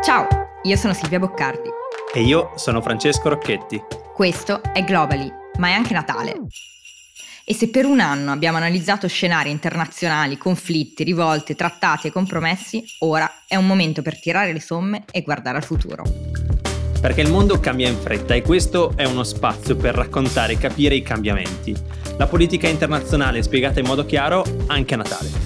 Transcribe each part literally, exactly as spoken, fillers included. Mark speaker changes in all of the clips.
Speaker 1: Ciao, io sono Silvia Boccardi.
Speaker 2: E io sono Francesco Rocchetti.
Speaker 1: Questo è Globally, ma è anche Natale. E se per un anno abbiamo analizzato scenari internazionali, conflitti, rivolte, trattati e compromessi, ora è un momento per tirare le somme e guardare al futuro.
Speaker 2: Perché il mondo cambia in fretta e questo è uno spazio per raccontare e capire i cambiamenti. La politica internazionale spiegata in modo chiaro anche a Natale.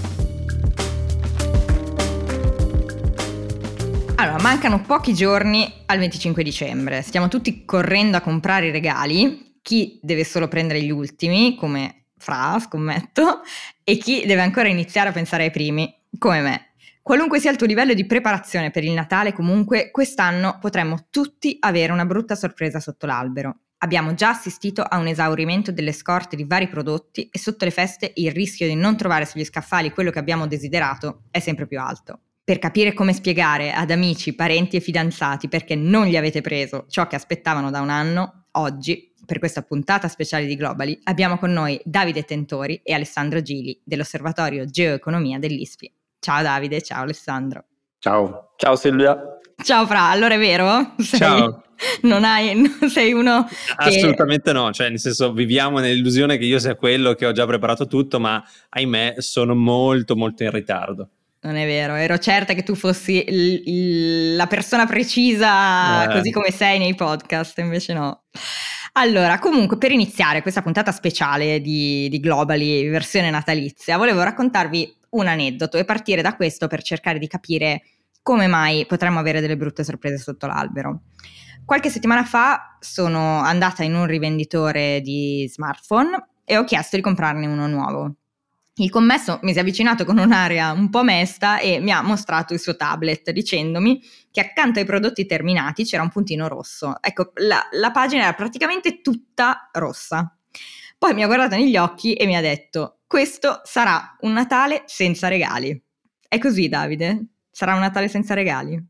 Speaker 1: Allora, mancano pochi giorni al venticinque dicembre. Stiamo tutti correndo a comprare i regali. Chi deve solo prendere gli ultimi, come Fra, scommetto, e chi deve ancora iniziare a pensare ai primi, come me. Qualunque sia il tuo livello di preparazione per il Natale, comunque, quest'anno potremmo tutti avere una brutta sorpresa sotto l'albero. Abbiamo già assistito a un esaurimento delle scorte di vari prodotti e sotto le feste il rischio di non trovare sugli scaffali quello che abbiamo desiderato è sempre più alto. Per capire come spiegare ad amici, parenti e fidanzati perché non gli avete preso ciò che aspettavano da un anno, oggi, per questa puntata speciale di Globally, abbiamo con noi Davide Tentori e Alessandro Gili dell'Osservatorio Geoeconomia dell'I S P I. Ciao Davide, ciao Alessandro.
Speaker 3: Ciao. Ciao Silvia.
Speaker 1: Ciao Fra, allora è vero? Sei,
Speaker 2: Ciao.
Speaker 1: Non hai, sei uno che...
Speaker 2: Assolutamente no, cioè nel senso viviamo nell'illusione che io sia quello che ho già preparato tutto, ma ahimè sono molto molto in ritardo.
Speaker 1: Non è vero, ero certa che tu fossi il, il, la persona precisa, eh. così come sei nei podcast, invece no. Allora, comunque, per iniziare questa puntata speciale di, di Globally, versione natalizia, volevo raccontarvi un aneddoto e partire da questo per cercare di capire come mai potremmo avere delle brutte sorprese sotto l'albero. Qualche settimana fa sono andata in un rivenditore di smartphone e ho chiesto di comprarne uno nuovo. Il commesso mi si è avvicinato con un'aria un po' mesta e mi ha mostrato il suo tablet dicendomi che accanto ai prodotti terminati c'era un puntino rosso. Ecco, la, la pagina era praticamente tutta rossa. Poi mi ha guardato negli occhi e mi ha detto: questo sarà un Natale senza regali. È così, Davide? Sarà un Natale senza regali?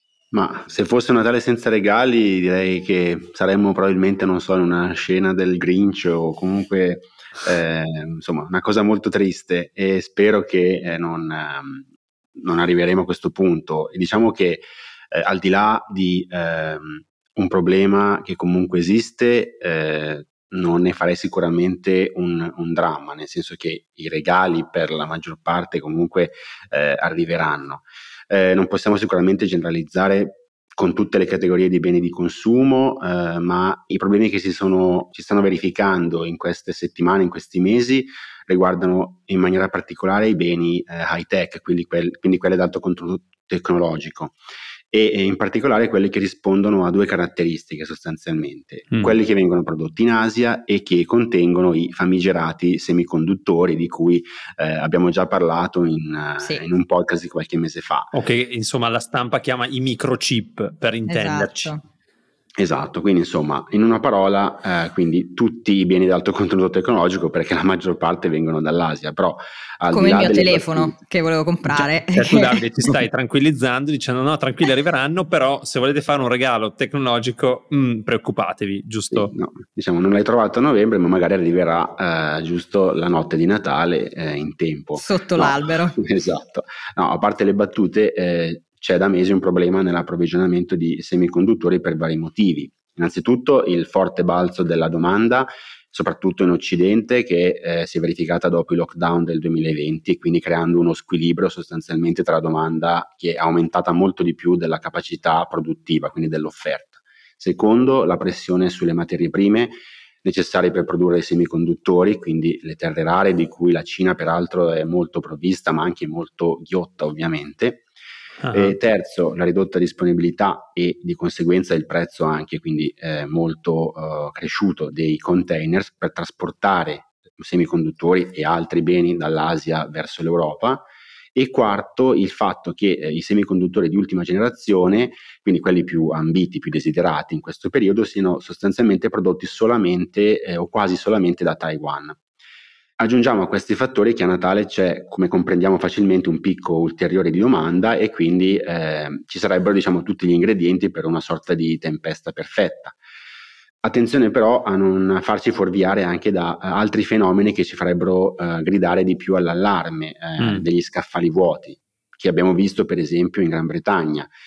Speaker 3: Ma se fosse un Natale senza regali direi che saremmo probabilmente, non so, in una scena del Grinch o comunque eh, insomma una cosa molto triste, e spero che eh, non, eh, non arriveremo a questo punto. E diciamo che eh, al di là di eh, un problema che comunque esiste, eh, non ne farei sicuramente un, un dramma, nel senso che i regali per la maggior parte comunque eh, arriveranno. Eh, non possiamo sicuramente generalizzare con tutte le categorie di beni di consumo, eh, ma i problemi che si sono, si stanno verificando in queste settimane, in questi mesi, riguardano in maniera particolare i beni eh, high tech, quindi, quel, quindi quelli ad alto contenuto tecnologico, e, e in particolare quelli che rispondono a due caratteristiche sostanzialmente, mm. quelli che vengono prodotti in Asia e che contengono i famigerati semiconduttori di cui eh, abbiamo già parlato in,
Speaker 1: sì.
Speaker 3: in un podcast di qualche mese fa.
Speaker 2: O che insomma la stampa chiama i microchip, per intenderci.
Speaker 1: Esatto.
Speaker 3: Esatto, quindi insomma, in una parola, eh, quindi tutti i beni di alto contenuto tecnologico, perché la maggior parte vengono dall'Asia, però al
Speaker 1: come
Speaker 3: di là
Speaker 1: il mio
Speaker 3: delle
Speaker 1: telefono
Speaker 3: battute,
Speaker 1: che volevo comprare.
Speaker 2: Cioè, tu Davide ci stai tranquillizzando dicendo no, tranquilli, arriveranno, però se volete fare un regalo tecnologico mh, preoccupatevi, giusto?
Speaker 3: Sì, no, diciamo non l'hai trovato a novembre, ma magari arriverà eh, giusto la notte di Natale eh, in tempo.
Speaker 1: Sotto
Speaker 3: no,
Speaker 1: l'albero.
Speaker 3: Esatto. No, a parte le battute, eh, c'è da mesi un problema nell'approvvigionamento di semiconduttori per vari motivi. Innanzitutto il forte balzo della domanda, soprattutto in Occidente, che eh, si è verificata dopo i lockdown del duemilaventi, e quindi creando uno squilibrio sostanzialmente tra la domanda, che è aumentata molto di più della capacità produttiva, quindi dell'offerta. Secondo, la pressione sulle materie prime necessarie per produrre i semiconduttori, quindi le terre rare, di cui la Cina peraltro è molto provvista, ma anche molto ghiotta ovviamente. Uh-huh. E terzo, la ridotta disponibilità e di conseguenza il prezzo anche quindi eh, molto uh, cresciuto dei containers per trasportare semiconduttori e altri beni dall'Asia verso l'Europa. E quarto, il fatto che eh, i semiconduttori di ultima generazione, quindi quelli più ambiti, più desiderati in questo periodo, siano sostanzialmente prodotti solamente eh, o quasi solamente da Taiwan. Aggiungiamo a questi fattori che a Natale c'è, come comprendiamo facilmente, un picco ulteriore di domanda, e quindi eh, ci sarebbero, diciamo, tutti gli ingredienti per una sorta di tempesta perfetta. Attenzione però a non farci fuorviare anche da uh, altri fenomeni che ci farebbero uh, gridare di più all'allarme, eh, mm. degli scaffali vuoti, che abbiamo visto per esempio in Gran Bretagna.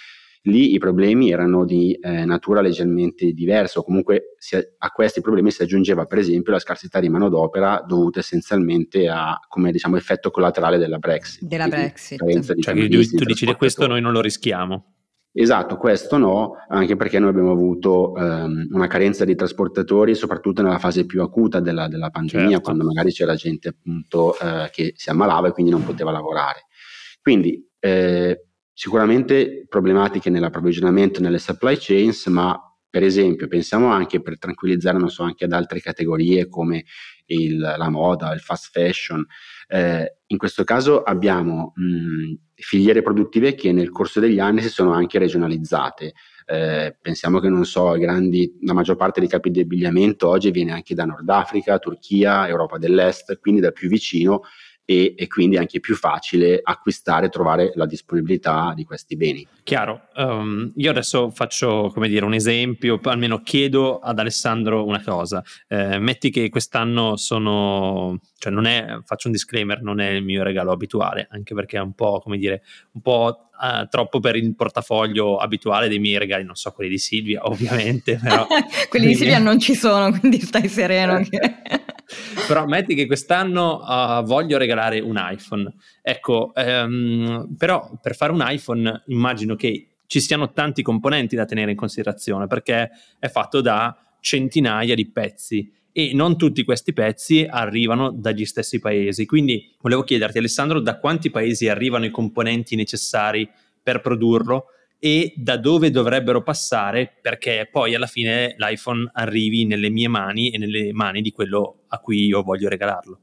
Speaker 3: lì i problemi erano di eh, natura leggermente diversa, o comunque si, a questi problemi si aggiungeva per esempio la scarsità di manodopera dovuta essenzialmente a, come diciamo, effetto collaterale della Brexit.
Speaker 1: Della Brexit.
Speaker 3: Carenza di
Speaker 2: cioè
Speaker 3: cameristi,
Speaker 2: tu dici che questo noi non lo rischiamo.
Speaker 3: Esatto, questo no, anche perché noi abbiamo avuto ehm, una carenza di trasportatori, soprattutto nella fase più acuta della, della pandemia,
Speaker 2: certo.
Speaker 3: quando magari c'era gente appunto eh, che si ammalava e quindi non poteva lavorare. Quindi eh, sicuramente problematiche nell'approvvigionamento, nelle supply chains, ma per esempio pensiamo anche, per tranquillizzare, non so, anche ad altre categorie come il, la moda, il fast fashion. Eh, in questo caso abbiamo mh, filiere produttive che nel corso degli anni si sono anche regionalizzate. Eh, pensiamo che non so, i grandi, la maggior parte dei capi di abbigliamento oggi viene anche da Nord Africa, Turchia, Europa dell'Est, quindi da più vicino, e, e quindi anche più facile acquistare e trovare la disponibilità di questi beni.
Speaker 2: Chiaro, um, io adesso faccio, come dire, un esempio, almeno chiedo ad Alessandro una cosa. Eh, metti che quest'anno sono, cioè non è, faccio un disclaimer, non è il mio regalo abituale, anche perché è un po', come dire, un po' uh, troppo per il portafoglio abituale dei miei regali, non so, quelli di Silvia ovviamente, però
Speaker 1: quelli di Silvia non ci sono, quindi stai sereno. Che...
Speaker 2: Però metti che quest'anno uh, voglio regalare un iPhone, ecco, um, però per fare un iPhone immagino che ci siano tanti componenti da tenere in considerazione, perché è fatto da centinaia di pezzi e non tutti questi pezzi arrivano dagli stessi paesi. Quindi volevo chiederti, Alessandro, da quanti paesi arrivano i componenti necessari per produrlo e da dove dovrebbero passare perché poi alla fine l'iPhone arrivi nelle mie mani e nelle mani di quello a cui io voglio regalarlo.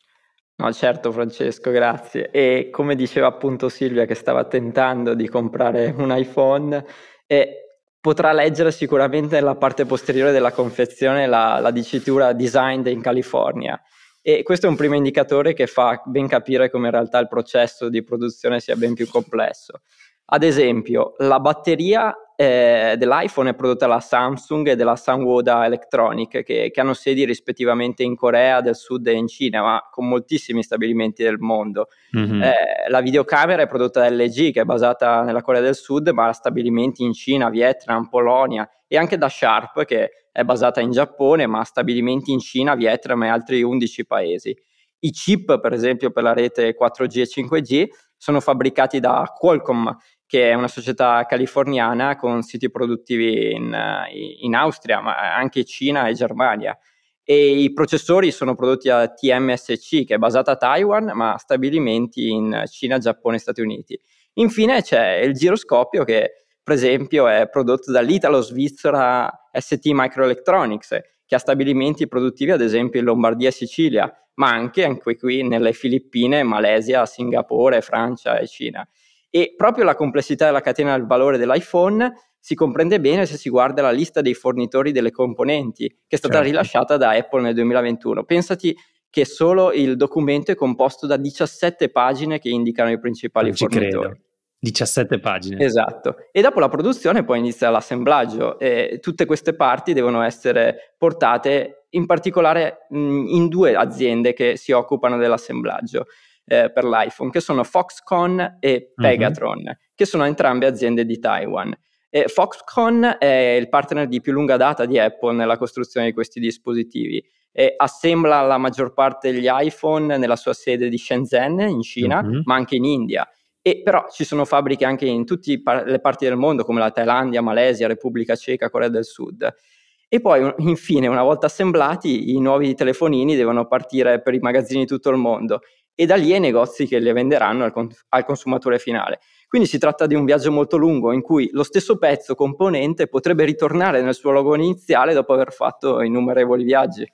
Speaker 4: No, certo Francesco, grazie. E come diceva appunto Silvia che stava tentando di comprare un iPhone, eh, potrà leggere sicuramente nella parte posteriore della confezione la, la dicitura Designed in California. E questo è un primo indicatore che fa ben capire come in realtà il processo di produzione sia ben più complesso. Ad esempio, la batteria eh, dell'iPhone è prodotta dalla Samsung e dalla Sunwoda Electronic, che, che hanno sedi rispettivamente in Corea del Sud e in Cina, ma con moltissimi stabilimenti del mondo. Mm-hmm. Eh, la videocamera è prodotta da L G, che è basata nella Corea del Sud, ma ha stabilimenti in Cina, Vietnam, Polonia, e anche da Sharp, che è basata in Giappone, ma ha stabilimenti in Cina, Vietnam e altri undici paesi. I chip, per esempio, per la rete quattro G e cinque G sono fabbricati da Qualcomm, che è una società californiana con siti produttivi in, in Austria, ma anche Cina e Germania. E i processori sono prodotti da T M S C, che è basata a Taiwan, ma ha stabilimenti in Cina, Giappone e Stati Uniti. Infine c'è il giroscopio, che per esempio è prodotto dall'italo-svizzera S T Microelectronics, che ha stabilimenti produttivi ad esempio in Lombardia e Sicilia, ma anche, anche qui nelle Filippine, Malesia, Singapore, Francia e Cina. E proprio la complessità della catena del valore dell'iPhone si comprende bene se si guarda la lista dei fornitori delle componenti, che è stata certo. rilasciata da Apple nel duemilaventuno. Pensati che solo il documento è composto da diciassette pagine che indicano i principali
Speaker 2: non
Speaker 4: fornitori.
Speaker 2: Ci credo. diciassette pagine.
Speaker 4: Esatto. E dopo la produzione poi inizia l'assemblaggio e tutte queste parti devono essere portate in particolare mh, in due aziende che si occupano dell'assemblaggio. Eh, per l'iPhone, che sono Foxconn e Pegatron, uh-huh. che sono entrambe aziende di Taiwan. E Foxconn è il partner di più lunga data di Apple nella costruzione di questi dispositivi e assembla la maggior parte degli iPhone nella sua sede di Shenzhen in Cina, uh-huh. ma anche in India. E però ci sono fabbriche anche in tutte le parti del mondo come la Thailandia, Malesia, Repubblica Ceca, Corea del Sud. E poi infine, una volta assemblati, i nuovi telefonini devono partire per i magazzini di tutto il mondo e da lì ai negozi che le venderanno al, con- al consumatore finale. Quindi si tratta di un viaggio molto lungo in cui lo stesso pezzo componente potrebbe ritornare nel suo luogo iniziale dopo aver fatto innumerevoli viaggi.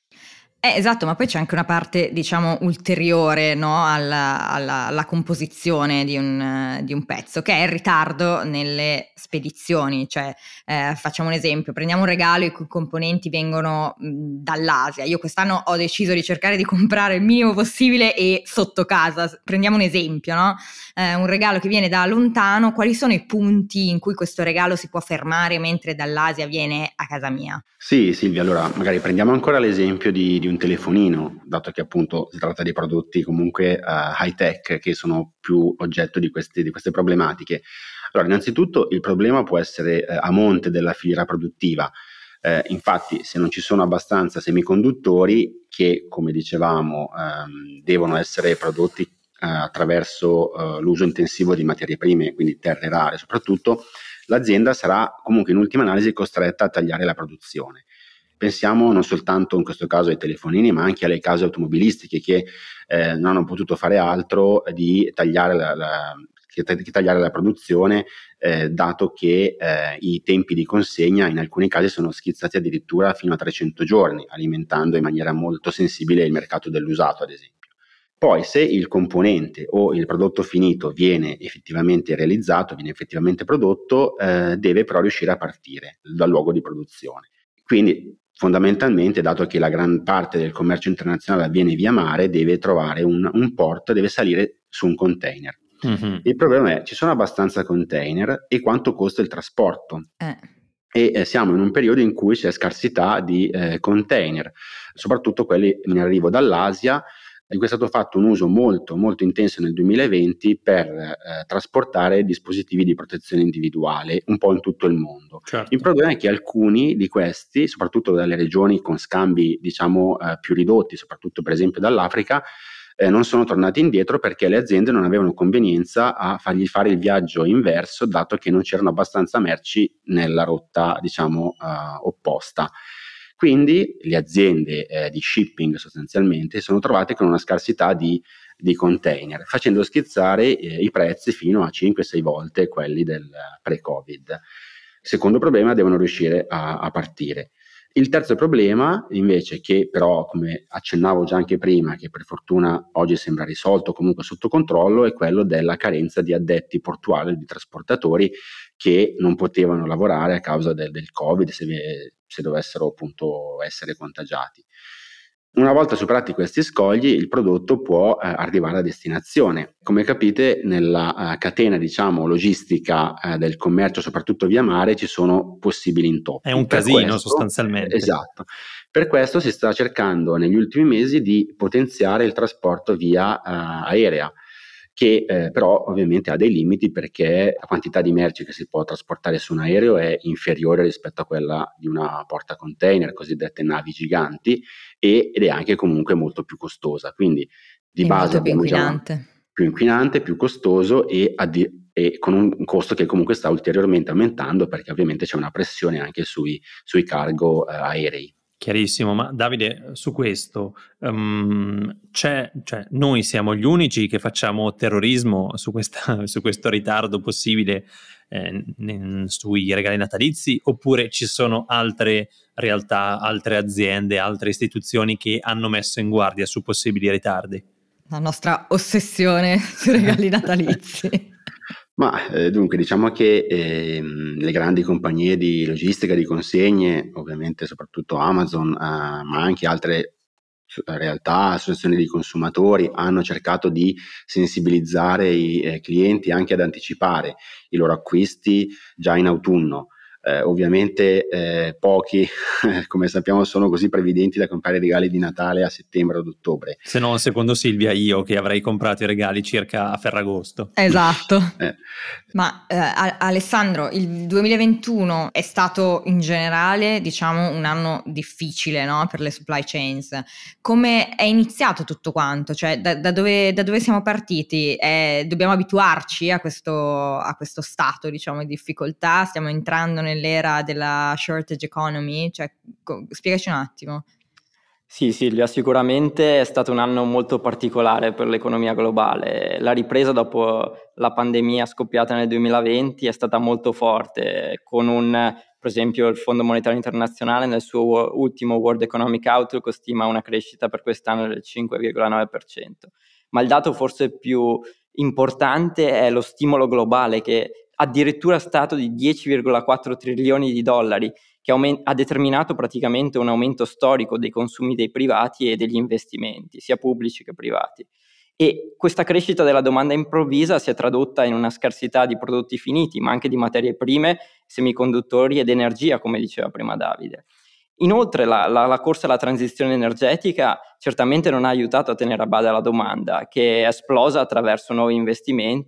Speaker 1: Eh, esatto, ma poi c'è anche una parte, diciamo, ulteriore, no, alla, alla, alla composizione di un, di un pezzo, che è il ritardo nelle spedizioni. Cioè, eh, facciamo un esempio, prendiamo un regalo i cui componenti vengono mh, dall'Asia. Io quest'anno ho deciso di cercare di comprare il minimo possibile e sotto casa. Prendiamo un esempio, no? Eh, un regalo che viene da lontano, quali sono i punti in cui questo regalo si può fermare mentre dall'Asia viene a casa mia?
Speaker 3: Sì, Silvia, allora magari prendiamo ancora l'esempio di, di un telefonino, dato che appunto si tratta di prodotti comunque uh, high tech che sono più oggetto di, questi, di queste problematiche. Allora, innanzitutto il problema può essere eh, a monte della filiera produttiva. Eh, infatti, se non ci sono abbastanza semiconduttori che, come dicevamo, ehm, devono essere prodotti eh, attraverso eh, l'uso intensivo di materie prime, quindi terre rare soprattutto, l'azienda sarà comunque in ultima analisi costretta a tagliare la produzione. Pensiamo non soltanto in questo caso ai telefonini, ma anche alle case automobilistiche che eh, non hanno potuto fare altro di tagliare la, la, che, che tagliare la produzione, eh, dato che eh, i tempi di consegna in alcuni casi sono schizzati addirittura fino a trecento giorni, alimentando in maniera molto sensibile il mercato dell'usato, ad esempio. Poi, se il componente o il prodotto finito viene effettivamente realizzato, viene effettivamente prodotto, eh, deve però riuscire a partire dal luogo di produzione. Quindi, fondamentalmente, dato che la gran parte del commercio internazionale avviene via mare, deve trovare un, un porto, deve salire su un container. Mm-hmm. Il problema è: ci sono abbastanza container e quanto costa il trasporto? Eh. E eh, siamo in un periodo in cui c'è scarsità di eh, container, soprattutto quelli in arrivo dall'Asia, di cui è stato fatto un uso molto molto intenso nel duemilaventi per eh, trasportare dispositivi di protezione individuale un po' in tutto il mondo. Certo. Il problema è che alcuni di questi, soprattutto dalle regioni con scambi diciamo eh, più ridotti, soprattutto per esempio dall'Africa, eh, non sono tornati indietro perché le aziende non avevano convenienza a fargli fare il viaggio inverso, dato che non c'erano abbastanza merci nella rotta diciamo eh, opposta. Quindi le aziende eh, di shipping sostanzialmente sono trovate con una scarsità di, di container, facendo schizzare eh, i prezzi fino a cinque sei volte quelli del pre-Covid. Secondo problema, devono riuscire a, a partire. Il terzo problema, invece, che però, come accennavo già anche prima, che per fortuna oggi sembra risolto, comunque sotto controllo, è quello della carenza di addetti portuali, di trasportatori che non potevano lavorare a causa del, del Covid, se, se dovessero appunto essere contagiati. Una volta superati questi scogli, il prodotto può eh, arrivare a destinazione. Come capite, nella uh, catena diciamo logistica uh, del commercio, soprattutto via mare, ci sono possibili intoppi.
Speaker 2: È un
Speaker 3: per
Speaker 2: casino
Speaker 3: questo,
Speaker 2: sostanzialmente.
Speaker 3: Esatto. Per questo si sta cercando negli ultimi mesi di potenziare il trasporto via uh, aerea, che eh, però ovviamente ha dei limiti, perché la quantità di merci che si può trasportare su un aereo è inferiore rispetto a quella di una portacontainer, cosiddette navi giganti, e, ed è anche comunque molto più costosa. Quindi di
Speaker 1: è
Speaker 3: base
Speaker 1: molto più inquinante.
Speaker 3: Una, più inquinante, più costoso e, addi- e con un costo che comunque sta ulteriormente aumentando, perché ovviamente c'è una pressione anche sui, sui cargo eh, aerei.
Speaker 2: Chiarissimo, ma Davide, su questo um, c'è, cioè, noi siamo gli unici che facciamo terrorismo su, questa, su questo ritardo possibile eh, n- sui regali natalizi, oppure ci sono altre realtà, altre aziende, altre istituzioni che hanno messo in guardia su possibili ritardi?
Speaker 1: La nostra ossessione sui regali natalizi.
Speaker 3: Ma eh, dunque diciamo che eh, le grandi compagnie di logistica, di consegne, ovviamente soprattutto Amazon, eh, ma anche altre realtà, associazioni di consumatori, hanno cercato di sensibilizzare i eh, clienti anche ad anticipare i loro acquisti già in autunno. Eh, ovviamente eh, pochi, come sappiamo, sono così previdenti da comprare regali di Natale a settembre o ad ottobre.
Speaker 2: Se no, secondo Silvia, io che avrei comprato i regali circa a Ferragosto.
Speaker 1: Esatto.
Speaker 3: eh.
Speaker 1: Ma eh, Alessandro, il duemilaventuno è stato in generale, diciamo, un anno difficile, no? Per le supply chains. Come è iniziato tutto quanto? Cioè, da, da, dove, da dove siamo partiti? Eh, dobbiamo abituarci a questo, a questo stato, diciamo, di difficoltà? Stiamo entrando nell'era della shortage economy? Cioè, co- spiegaci un attimo.
Speaker 4: Sì, Silvia, sicuramente è stato un anno molto particolare per l'economia globale. La ripresa dopo la pandemia scoppiata nel duemilaventi è stata molto forte, con un, per esempio, il Fondo Monetario Internazionale nel suo ultimo World Economic Outlook stima una crescita per quest'anno del cinque virgola nove per cento. Ma il dato forse più importante è lo stimolo globale, che addirittura è stato di dieci virgola quattro trilioni di dollari, che ha determinato praticamente un aumento storico dei consumi dei privati e degli investimenti, sia pubblici che privati. E questa crescita della domanda improvvisa si è tradotta in una scarsità di prodotti finiti, ma anche di materie prime, semiconduttori ed energia, come diceva prima Davide. Inoltre la, la, la corsa alla transizione energetica certamente non ha aiutato a tenere a bada la domanda, che è esplosa attraverso nuovi investimenti,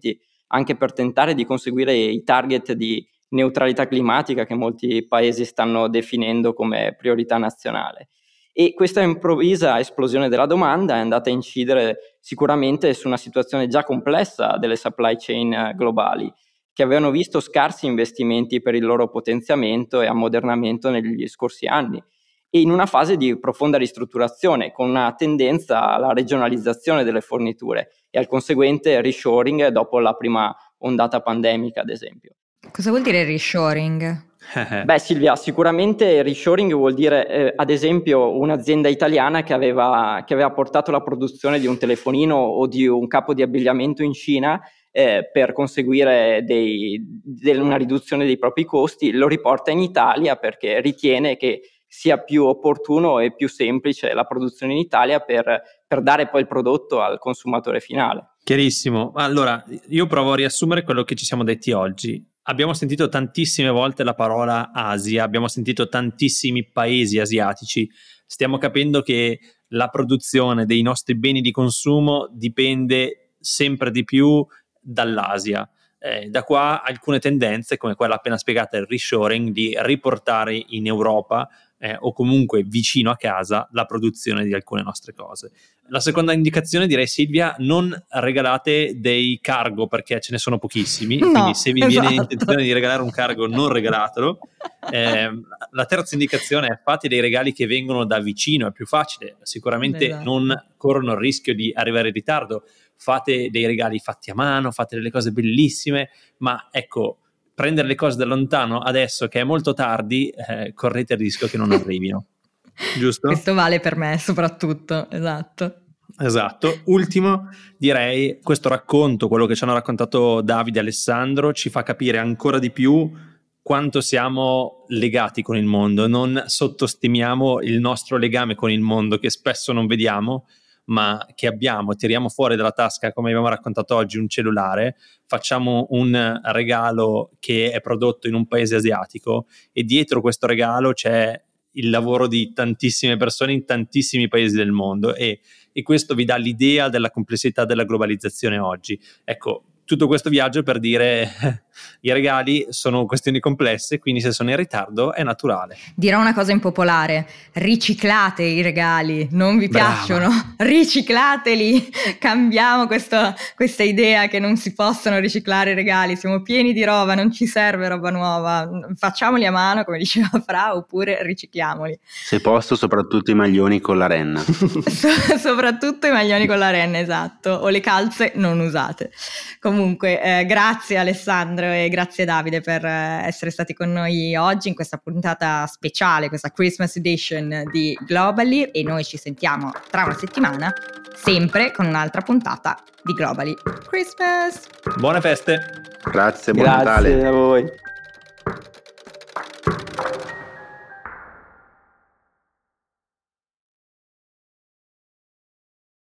Speaker 4: anche per tentare di conseguire i target di neutralità climatica che molti paesi stanno definendo come priorità nazionale. E questa improvvisa esplosione della domanda è andata a incidere sicuramente su una situazione già complessa delle supply chain globali, che avevano visto scarsi investimenti per il loro potenziamento e ammodernamento negli scorsi anni, e in una fase di profonda ristrutturazione, con una tendenza alla regionalizzazione delle forniture e al conseguente reshoring dopo la prima ondata pandemica, ad esempio.
Speaker 1: Cosa vuol dire reshoring?
Speaker 4: Beh Silvia, sicuramente reshoring vuol dire eh, ad esempio un'azienda italiana che aveva, che aveva portato la produzione di un telefonino o di un capo di abbigliamento in Cina eh, per conseguire dei, de, una riduzione dei propri costi, lo riporta in Italia perché ritiene che sia più opportuno e più semplice la produzione in Italia per, per dare poi il prodotto al consumatore finale.
Speaker 2: Chiarissimo. Allora, io provo a riassumere quello che ci siamo detti oggi. Abbiamo sentito tantissime volte la parola Asia, abbiamo sentito tantissimi paesi asiatici, stiamo capendo che la produzione dei nostri beni di consumo dipende sempre di più dall'Asia. Eh, da qua alcune tendenze, come quella appena spiegata, il reshoring, di riportare in Europa eh, o comunque vicino a casa la produzione di alcune nostre cose. La seconda indicazione, direi, Silvia, non regalate dei cargo perché ce ne sono pochissimi,
Speaker 1: no,
Speaker 2: quindi se vi
Speaker 1: esatto.
Speaker 2: viene intenzione di regalare un cargo non regalatelo. Eh, la terza indicazione è: fate dei regali che vengono da vicino, è più facile, sicuramente
Speaker 1: esatto.
Speaker 2: Non corrono il rischio di arrivare in ritardo, fate dei regali fatti a mano, fate delle cose bellissime, ma ecco, prendere le cose da lontano adesso che è molto tardi, eh, correte il rischio che non arrivino. Giusto?
Speaker 1: Questo vale per me soprattutto, esatto.
Speaker 2: Esatto. Ultimo, direi, questo racconto, quello che ci hanno raccontato Davide e Alessandro, ci fa capire ancora di più quanto siamo legati con il mondo. Non sottostimiamo il nostro legame con il mondo, che spesso non vediamo, ma che abbiamo. Tiriamo fuori dalla tasca, come abbiamo raccontato oggi, un cellulare, facciamo un regalo che è prodotto in un paese asiatico e dietro questo regalo c'è il lavoro di tantissime persone in tantissimi paesi del mondo, e, e questo vi dà l'idea della complessità della globalizzazione oggi. Ecco, tutto questo viaggio per dire i regali sono questioni complesse, quindi se sono in ritardo è naturale.
Speaker 1: Dirò una cosa impopolare: riciclate i regali, non vi
Speaker 2: Brava.
Speaker 1: piacciono? Riciclateli, cambiamo questo, questa idea che non si possono riciclare i regali, siamo pieni di roba, non ci serve roba nuova, facciamoli a mano come diceva Fra, oppure ricicliamoli.
Speaker 3: Se posso, soprattutto i maglioni con la renna.
Speaker 1: So- soprattutto i maglioni con la renna, esatto, o le calze non usate. Comunque eh, grazie Alessandro e grazie Davide per eh, essere stati con noi oggi in questa puntata speciale, questa Christmas edition di Globally, e noi ci sentiamo tra una settimana sempre con un'altra puntata di Globally. Christmas!
Speaker 2: Buone feste!
Speaker 3: Grazie, buon
Speaker 4: Grazie
Speaker 3: Natale.
Speaker 4: a voi.